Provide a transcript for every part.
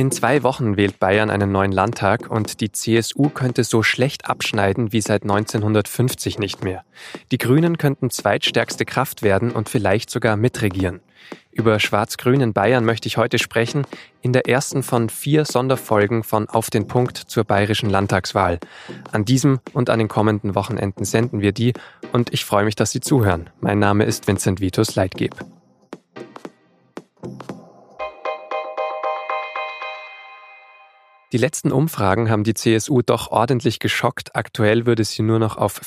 In 2 Wochen wählt Bayern einen neuen Landtag und die CSU könnte so schlecht abschneiden wie seit 1950 nicht mehr. Die Grünen könnten zweitstärkste Kraft werden und vielleicht sogar mitregieren. Über Schwarz-Grün in Bayern möchte ich heute sprechen, in der ersten von 4 Sonderfolgen von Auf den Punkt zur bayerischen Landtagswahl. An diesem und an den kommenden Wochenenden senden wir die und ich freue mich, dass Sie zuhören. Mein Name ist Vincent Vitus Leitgeb. Die letzten Umfragen haben die CSU doch ordentlich geschockt. Aktuell würde sie nur noch auf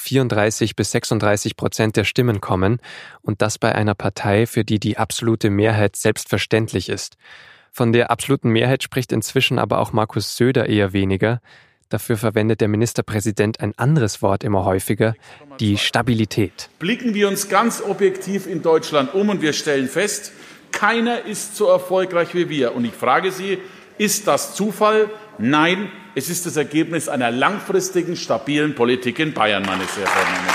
34-36% der Stimmen kommen. Und das bei einer Partei, für die die absolute Mehrheit selbstverständlich ist. Von der absoluten Mehrheit spricht inzwischen aber auch Markus Söder eher weniger. Dafür verwendet der Ministerpräsident ein anderes Wort immer häufiger, die Stabilität. Blicken wir uns ganz objektiv in Deutschland um und wir stellen fest, keiner ist so erfolgreich wie wir. Und ich frage Sie, ist das Zufall? Nein, es ist das Ergebnis einer langfristigen, stabilen Politik in Bayern, meine sehr verehrten Damen und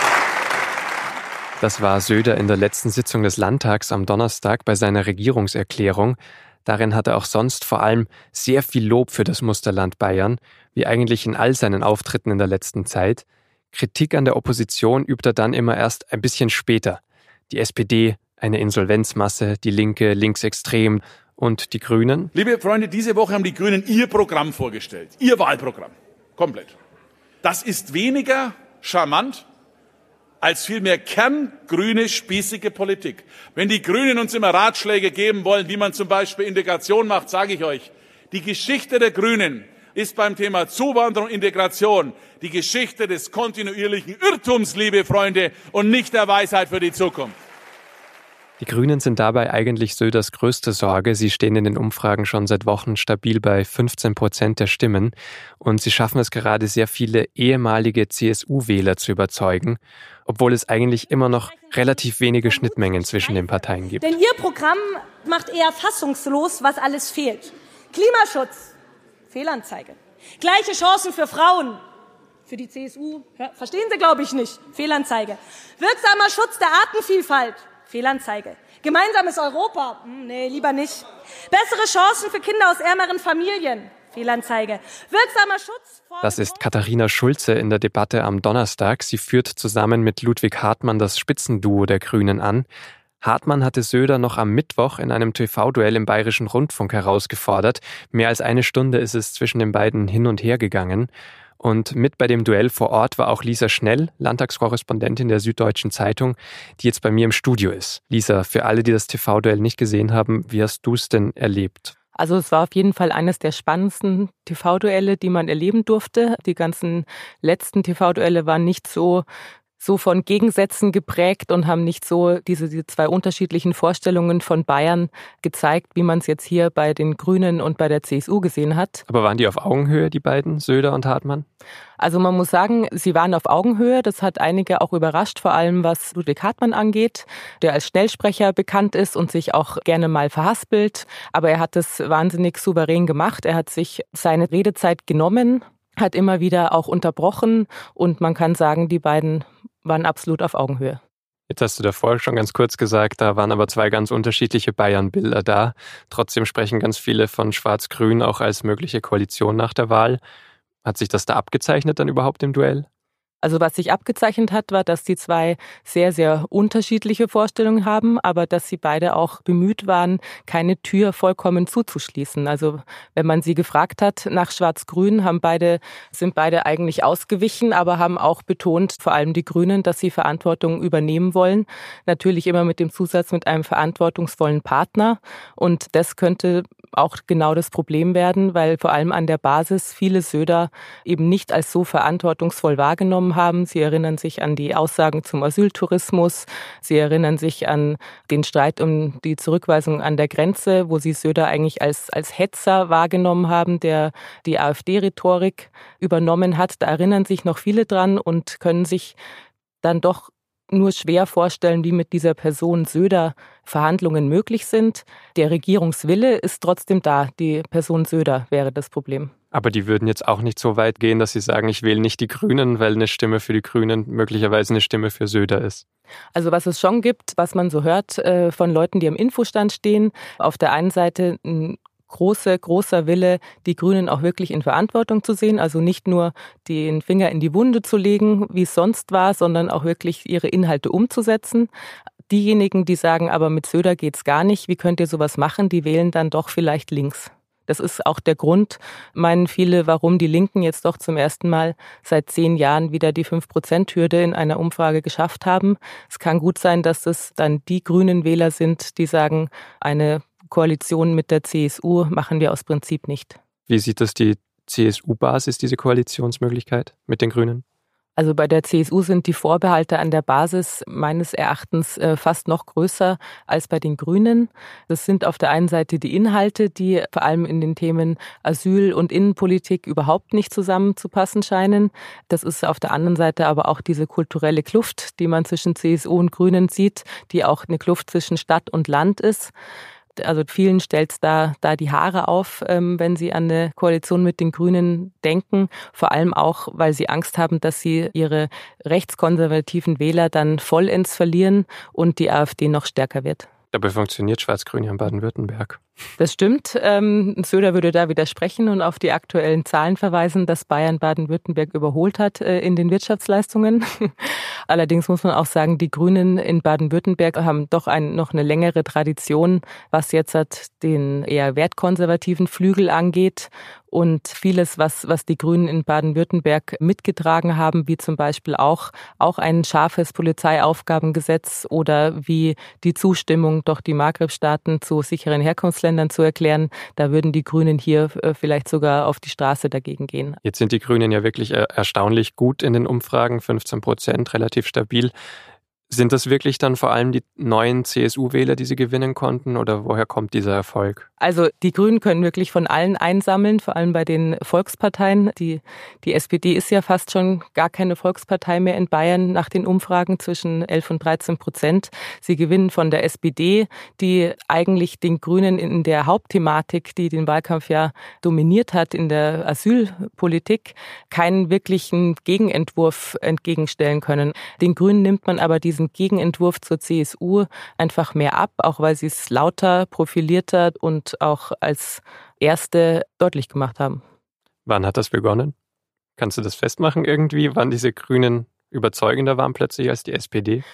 Herren. Das war Söder in der letzten Sitzung des Landtags am Donnerstag bei seiner Regierungserklärung. Darin hat er auch sonst vor allem sehr viel Lob für das Musterland Bayern, wie eigentlich in all seinen Auftritten in der letzten Zeit. Kritik an der Opposition übt er dann immer erst ein bisschen später. Die SPD, eine Insolvenzmasse, die Linke, linksextrem. Und die Grünen? Liebe Freunde, diese Woche haben die Grünen ihr Programm vorgestellt. Ihr Wahlprogramm. Komplett. Das ist weniger charmant als vielmehr kerngrüne, spießige Politik. Wenn die Grünen uns immer Ratschläge geben wollen, wie man zum Beispiel Integration macht, sage ich euch, die Geschichte der Grünen ist beim Thema Zuwanderung und Integration die Geschichte des kontinuierlichen Irrtums, liebe Freunde, und nicht der Weisheit für die Zukunft. Die Grünen sind dabei eigentlich Söders größte Sorge. Sie stehen in den Umfragen schon seit Wochen stabil bei 15% der Stimmen. Und sie schaffen es gerade, sehr viele ehemalige CSU-Wähler zu überzeugen, obwohl es eigentlich immer noch relativ wenige Schnittmengen zwischen den Parteien gibt. Denn ihr Programm macht eher fassungslos, was alles fehlt. Klimaschutz, Fehlanzeige. Gleiche Chancen für Frauen. Für die CSU, verstehen Sie, glaube ich, nicht. Fehlanzeige. Wirksamer Schutz der Artenvielfalt. Fehlanzeige. Gemeinsames Europa? Nee, lieber nicht. Bessere Chancen für Kinder aus ärmeren Familien? Fehlanzeige. Wirksamer Schutz vor... Das ist Katharina Schulze in der Debatte am Donnerstag. Sie führt zusammen mit Ludwig Hartmann das Spitzenduo der Grünen an. Hartmann hatte Söder noch am Mittwoch in einem TV-Duell im Bayerischen Rundfunk herausgefordert. Mehr als eine Stunde ist es zwischen den beiden hin und her gegangen. Und mit bei dem Duell vor Ort war auch Lisa Schnell, Landtagskorrespondentin der Süddeutschen Zeitung, die jetzt bei mir im Studio ist. Lisa, für alle, die das TV-Duell nicht gesehen haben, wie hast du es denn erlebt? Also es war auf jeden Fall eines der spannendsten TV-Duelle, die man erleben durfte. Die ganzen letzten TV-Duelle waren nicht so von Gegensätzen geprägt und haben nicht so diese 2 unterschiedlichen Vorstellungen von Bayern gezeigt, wie man es jetzt hier bei den Grünen und bei der CSU gesehen hat. Aber waren die auf Augenhöhe, die beiden, Söder und Hartmann? Also man muss sagen, sie waren auf Augenhöhe. Das hat einige auch überrascht, vor allem was Ludwig Hartmann angeht, der als Schnellsprecher bekannt ist und sich auch gerne mal verhaspelt. Aber er hat es wahnsinnig souverän gemacht. Er hat sich seine Redezeit genommen, hat immer wieder auch unterbrochen und man kann sagen, die beiden waren absolut auf Augenhöhe. Jetzt hast du davor schon ganz kurz gesagt, da waren aber 2 ganz unterschiedliche Bayern-Bilder da. Trotzdem sprechen ganz viele von Schwarz-Grün auch als mögliche Koalition nach der Wahl. Hat sich das da abgezeichnet dann überhaupt im Duell? Also was sich abgezeichnet hat, war, dass die 2 sehr, sehr unterschiedliche Vorstellungen haben, aber dass sie beide auch bemüht waren, keine Tür vollkommen zuzuschließen. Also wenn man sie gefragt hat nach Schwarz-Grün, sind beide eigentlich ausgewichen, aber haben auch betont, vor allem die Grünen, dass sie Verantwortung übernehmen wollen. Natürlich immer mit dem Zusatz mit einem verantwortungsvollen Partner. Und das könnte auch genau das Problem werden, weil vor allem an der Basis viele Söder eben nicht als so verantwortungsvoll wahrgenommen haben. Sie erinnern sich an die Aussagen zum Asyltourismus. Sie erinnern sich an den Streit um die Zurückweisung an der Grenze, wo sie Söder eigentlich als Hetzer wahrgenommen haben, der die AfD-Rhetorik übernommen hat. Da erinnern sich noch viele dran und können sich dann doch nur schwer vorstellen, wie mit dieser Person Söder Verhandlungen möglich sind. Der Regierungswille ist trotzdem da. Die Person Söder wäre das Problem. Aber die würden jetzt auch nicht so weit gehen, dass sie sagen, ich wähle nicht die Grünen, weil eine Stimme für die Grünen möglicherweise eine Stimme für Söder ist. Also was es schon gibt, was man so hört von Leuten, die am Infostand stehen, auf der einen Seite ein großer Wille, die Grünen auch wirklich in Verantwortung zu sehen. Also nicht nur den Finger in die Wunde zu legen, wie es sonst war, sondern auch wirklich ihre Inhalte umzusetzen. Diejenigen, die sagen, aber mit Söder geht's gar nicht, wie könnt ihr sowas machen, die wählen dann doch vielleicht links. Das ist auch der Grund, meinen viele, warum die Linken jetzt doch zum ersten Mal seit 10 Jahren wieder die 5%-Hürde in einer Umfrage geschafft haben. Es kann gut sein, dass es dann die grünen Wähler sind, die sagen, eine Koalition mit der CSU machen wir aus Prinzip nicht. Wie sieht das die CSU-Basis, diese Koalitionsmöglichkeit mit den Grünen? Also bei der CSU sind die Vorbehalte an der Basis meines Erachtens fast noch größer als bei den Grünen. Das sind auf der einen Seite die Inhalte, die vor allem in den Themen Asyl und Innenpolitik überhaupt nicht zusammenzupassen scheinen. Das ist auf der anderen Seite aber auch diese kulturelle Kluft, die man zwischen CSU und Grünen sieht, die auch eine Kluft zwischen Stadt und Land ist. Also vielen stellt es da die Haare auf, wenn sie an eine Koalition mit den Grünen denken. Vor allem auch, weil sie Angst haben, dass sie ihre rechtskonservativen Wähler dann vollends verlieren und die AfD noch stärker wird. Dabei funktioniert Schwarz-Grün ja in Baden-Württemberg. Das stimmt. Söder würde da widersprechen und auf die aktuellen Zahlen verweisen, dass Bayern Baden-Württemberg überholt hat in den Wirtschaftsleistungen. Allerdings muss man auch sagen, die Grünen in Baden-Württemberg haben doch noch eine längere Tradition, was jetzt den eher wertkonservativen Flügel angeht. Und vieles, was die Grünen in Baden-Württemberg mitgetragen haben, wie zum Beispiel auch ein scharfes Polizeiaufgabengesetz oder wie die Zustimmung, doch die Maghreb-Staaten zu sicheren Herkunftsländern zu erklären, da würden die Grünen hier vielleicht sogar auf die Straße dagegen gehen. Jetzt sind die Grünen ja wirklich erstaunlich gut in den Umfragen, 15%, relativ stabil. Sind das wirklich dann vor allem die neuen CSU-Wähler, die sie gewinnen konnten, oder woher kommt dieser Erfolg? Also die Grünen können wirklich von allen einsammeln, vor allem bei den Volksparteien. Die SPD ist ja fast schon gar keine Volkspartei mehr in Bayern nach den Umfragen zwischen 11 und 13%. Sie gewinnen von der SPD, die eigentlich den Grünen in der Hauptthematik, die den Wahlkampf ja dominiert hat, in der Asylpolitik, keinen wirklichen Gegenentwurf entgegenstellen können. Den Grünen nimmt man aber diesen Gegenentwurf zur CSU einfach mehr ab, auch weil sie es lauter, profilierter und auch als Erste deutlich gemacht haben. Wann hat das begonnen? Kannst du das festmachen irgendwie, wann diese Grünen überzeugender waren plötzlich als die SPD?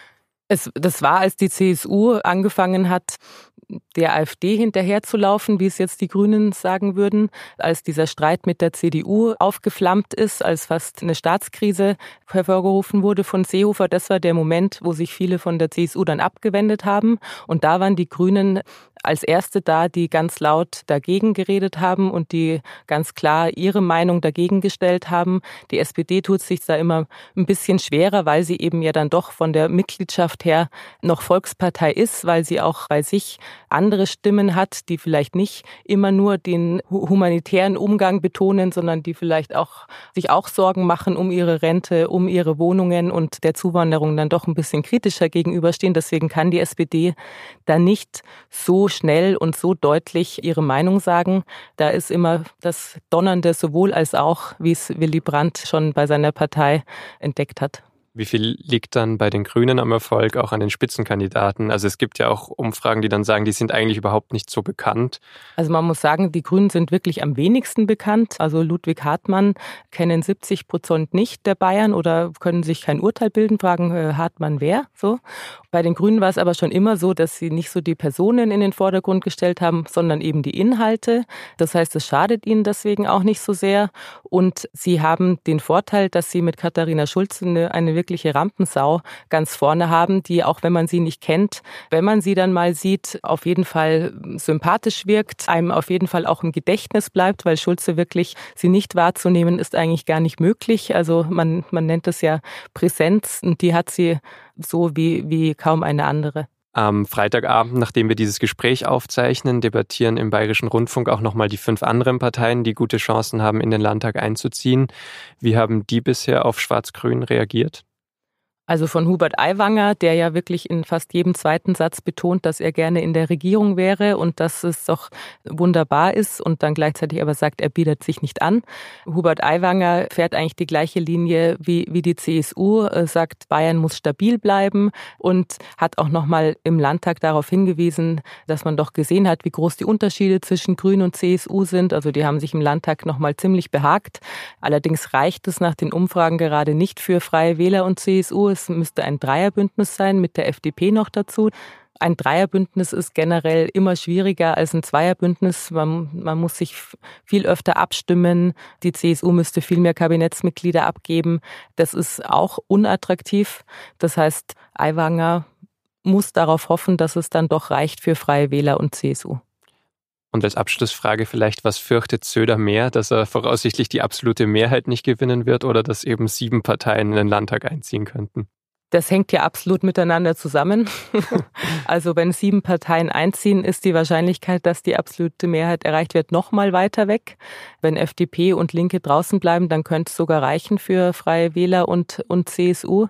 Das war, als die CSU angefangen hat, der AfD hinterherzulaufen, wie es jetzt die Grünen sagen würden, als dieser Streit mit der CDU aufgeflammt ist, als fast eine Staatskrise hervorgerufen wurde von Seehofer. Das war der Moment, wo sich viele von der CSU dann abgewendet haben. Und da waren die Grünen als Erste da, die ganz laut dagegen geredet haben und die ganz klar ihre Meinung dagegen gestellt haben. Die SPD tut sich da immer ein bisschen schwerer, weil sie eben ja dann doch von der Mitgliedschaft her noch Volkspartei ist, weil sie auch bei sich andere Stimmen hat, die vielleicht nicht immer nur den humanitären Umgang betonen, sondern die vielleicht auch sich auch Sorgen machen um ihre Rente, um ihre Wohnungen und der Zuwanderung dann doch ein bisschen kritischer gegenüberstehen. Deswegen kann die SPD da nicht so schnell und so deutlich ihre Meinung sagen. Da ist immer das Donnernde sowohl als auch, wie es Willy Brandt schon bei seiner Partei entdeckt hat. Wie viel liegt dann bei den Grünen am Erfolg auch an den Spitzenkandidaten? Also es gibt ja auch Umfragen, die dann sagen, die sind eigentlich überhaupt nicht so bekannt. Also man muss sagen, die Grünen sind wirklich am wenigsten bekannt. Also Ludwig Hartmann kennen 70% nicht der Bayern oder können sich kein Urteil bilden, fragen Hartmann wer, so. Bei den Grünen war es aber schon immer so, dass sie nicht so die Personen in den Vordergrund gestellt haben, sondern eben die Inhalte. Das heißt, es schadet ihnen deswegen auch nicht so sehr. Und sie haben den Vorteil, dass sie mit Katharina Schulze eine wirkliche Rampensau ganz vorne haben, die, auch wenn man sie nicht kennt, wenn man sie dann mal sieht, auf jeden Fall sympathisch wirkt, einem auf jeden Fall auch im Gedächtnis bleibt, weil Schulze wirklich, sie nicht wahrzunehmen, ist eigentlich gar nicht möglich. Also man nennt es ja Präsenz und die hat sie so wie kaum eine andere. Am Freitagabend, nachdem wir dieses Gespräch aufzeichnen, debattieren im Bayerischen Rundfunk auch nochmal die 5 anderen Parteien, die gute Chancen haben, in den Landtag einzuziehen. Wie haben die bisher auf Schwarz-Grün reagiert? Also von Hubert Aiwanger, der ja wirklich in fast jedem zweiten Satz betont, dass er gerne in der Regierung wäre und dass es doch wunderbar ist und dann gleichzeitig aber sagt, er bietet sich nicht an. Hubert Aiwanger fährt eigentlich die gleiche Linie wie die CSU, sagt, Bayern muss stabil bleiben und hat auch nochmal im Landtag darauf hingewiesen, dass man doch gesehen hat, wie groß die Unterschiede zwischen Grünen und CSU sind. Also die haben sich im Landtag nochmal ziemlich behagt. Allerdings reicht es nach den Umfragen gerade nicht für Freie Wähler und CSU. Es müsste ein Dreierbündnis sein mit der FDP noch dazu. Ein Dreierbündnis ist generell immer schwieriger als ein Zweierbündnis. Man muss sich viel öfter abstimmen. Die CSU müsste viel mehr Kabinettsmitglieder abgeben. Das ist auch unattraktiv. Das heißt, Aiwanger muss darauf hoffen, dass es dann doch reicht für Freie Wähler und CSU. Und als Abschlussfrage vielleicht, was fürchtet Söder mehr, dass er voraussichtlich die absolute Mehrheit nicht gewinnen wird oder dass eben 7 Parteien in den Landtag einziehen könnten? Das hängt ja absolut miteinander zusammen. Also wenn 7 Parteien einziehen, ist die Wahrscheinlichkeit, dass die absolute Mehrheit erreicht wird, noch mal weiter weg. Wenn FDP und Linke draußen bleiben, dann könnte es sogar reichen für Freie Wähler und CSU.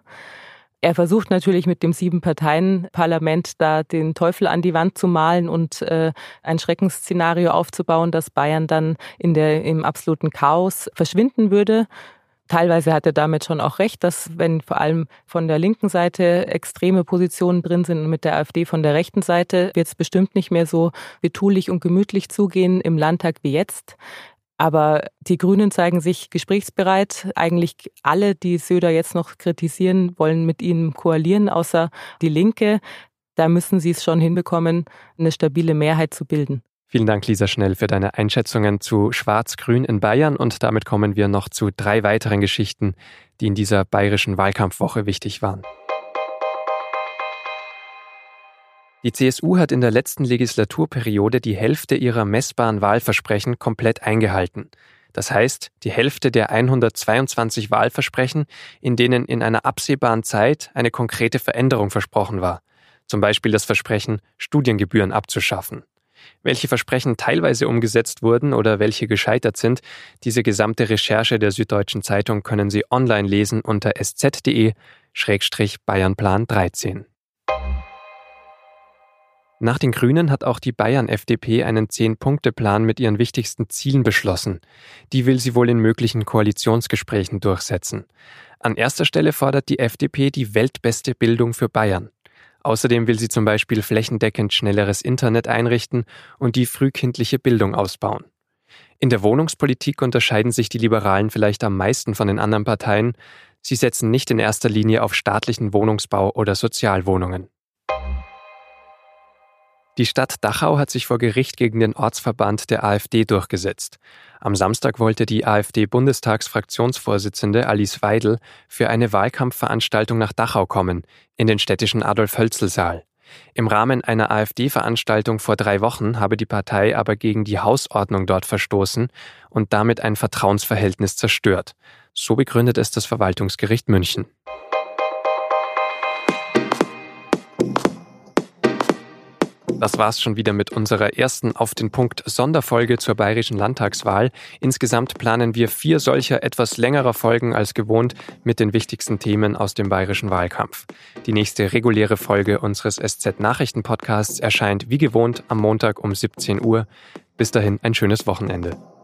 Er versucht natürlich mit dem 7-Parteien-Parlament da den Teufel an die Wand zu malen und ein Schreckensszenario aufzubauen, dass Bayern dann im absoluten Chaos verschwinden würde. Teilweise hat er damit schon auch recht, dass wenn vor allem von der linken Seite extreme Positionen drin sind und mit der AfD von der rechten Seite, wird es bestimmt nicht mehr so betulich und gemütlich zugehen im Landtag wie jetzt. Aber die Grünen zeigen sich gesprächsbereit. Eigentlich alle, die Söder jetzt noch kritisieren, wollen mit ihnen koalieren, außer die Linke. Da müssen sie es schon hinbekommen, eine stabile Mehrheit zu bilden. Vielen Dank, Lisa Schnell, für deine Einschätzungen zu Schwarz-Grün in Bayern. Und damit kommen wir noch zu 3 weiteren Geschichten, die in dieser bayerischen Wahlkampfwoche wichtig waren. Die CSU hat in der letzten Legislaturperiode die Hälfte ihrer messbaren Wahlversprechen komplett eingehalten. Das heißt, die Hälfte der 122 Wahlversprechen, in denen in einer absehbaren Zeit eine konkrete Veränderung versprochen war. Zum Beispiel das Versprechen, Studiengebühren abzuschaffen. Welche Versprechen teilweise umgesetzt wurden oder welche gescheitert sind, diese gesamte Recherche der Süddeutschen Zeitung können Sie online lesen unter sz.de/Bayernplan 13. Nach den Grünen hat auch die Bayern-FDP einen 10-Punkte-Plan mit ihren wichtigsten Zielen beschlossen. Die will sie wohl in möglichen Koalitionsgesprächen durchsetzen. An erster Stelle fordert die FDP die weltbeste Bildung für Bayern. Außerdem will sie zum Beispiel flächendeckend schnelleres Internet einrichten und die frühkindliche Bildung ausbauen. In der Wohnungspolitik unterscheiden sich die Liberalen vielleicht am meisten von den anderen Parteien. Sie setzen nicht in erster Linie auf staatlichen Wohnungsbau oder Sozialwohnungen. Die Stadt Dachau hat sich vor Gericht gegen den Ortsverband der AfD durchgesetzt. Am Samstag wollte die AfD-Bundestagsfraktionsvorsitzende Alice Weidel für eine Wahlkampfveranstaltung nach Dachau kommen, in den städtischen Adolf-Hölzl-Saal. Im Rahmen einer AfD-Veranstaltung vor 3 Wochen habe die Partei aber gegen die Hausordnung dort verstoßen und damit ein Vertrauensverhältnis zerstört. So begründet es das Verwaltungsgericht München. Das war's schon wieder mit unserer ersten Auf den Punkt Sonderfolge zur bayerischen Landtagswahl. Insgesamt planen wir 4 solcher etwas längerer Folgen als gewohnt mit den wichtigsten Themen aus dem bayerischen Wahlkampf. Die nächste reguläre Folge unseres SZ-Nachrichten-Podcasts erscheint wie gewohnt am Montag um 17 Uhr. Bis dahin ein schönes Wochenende.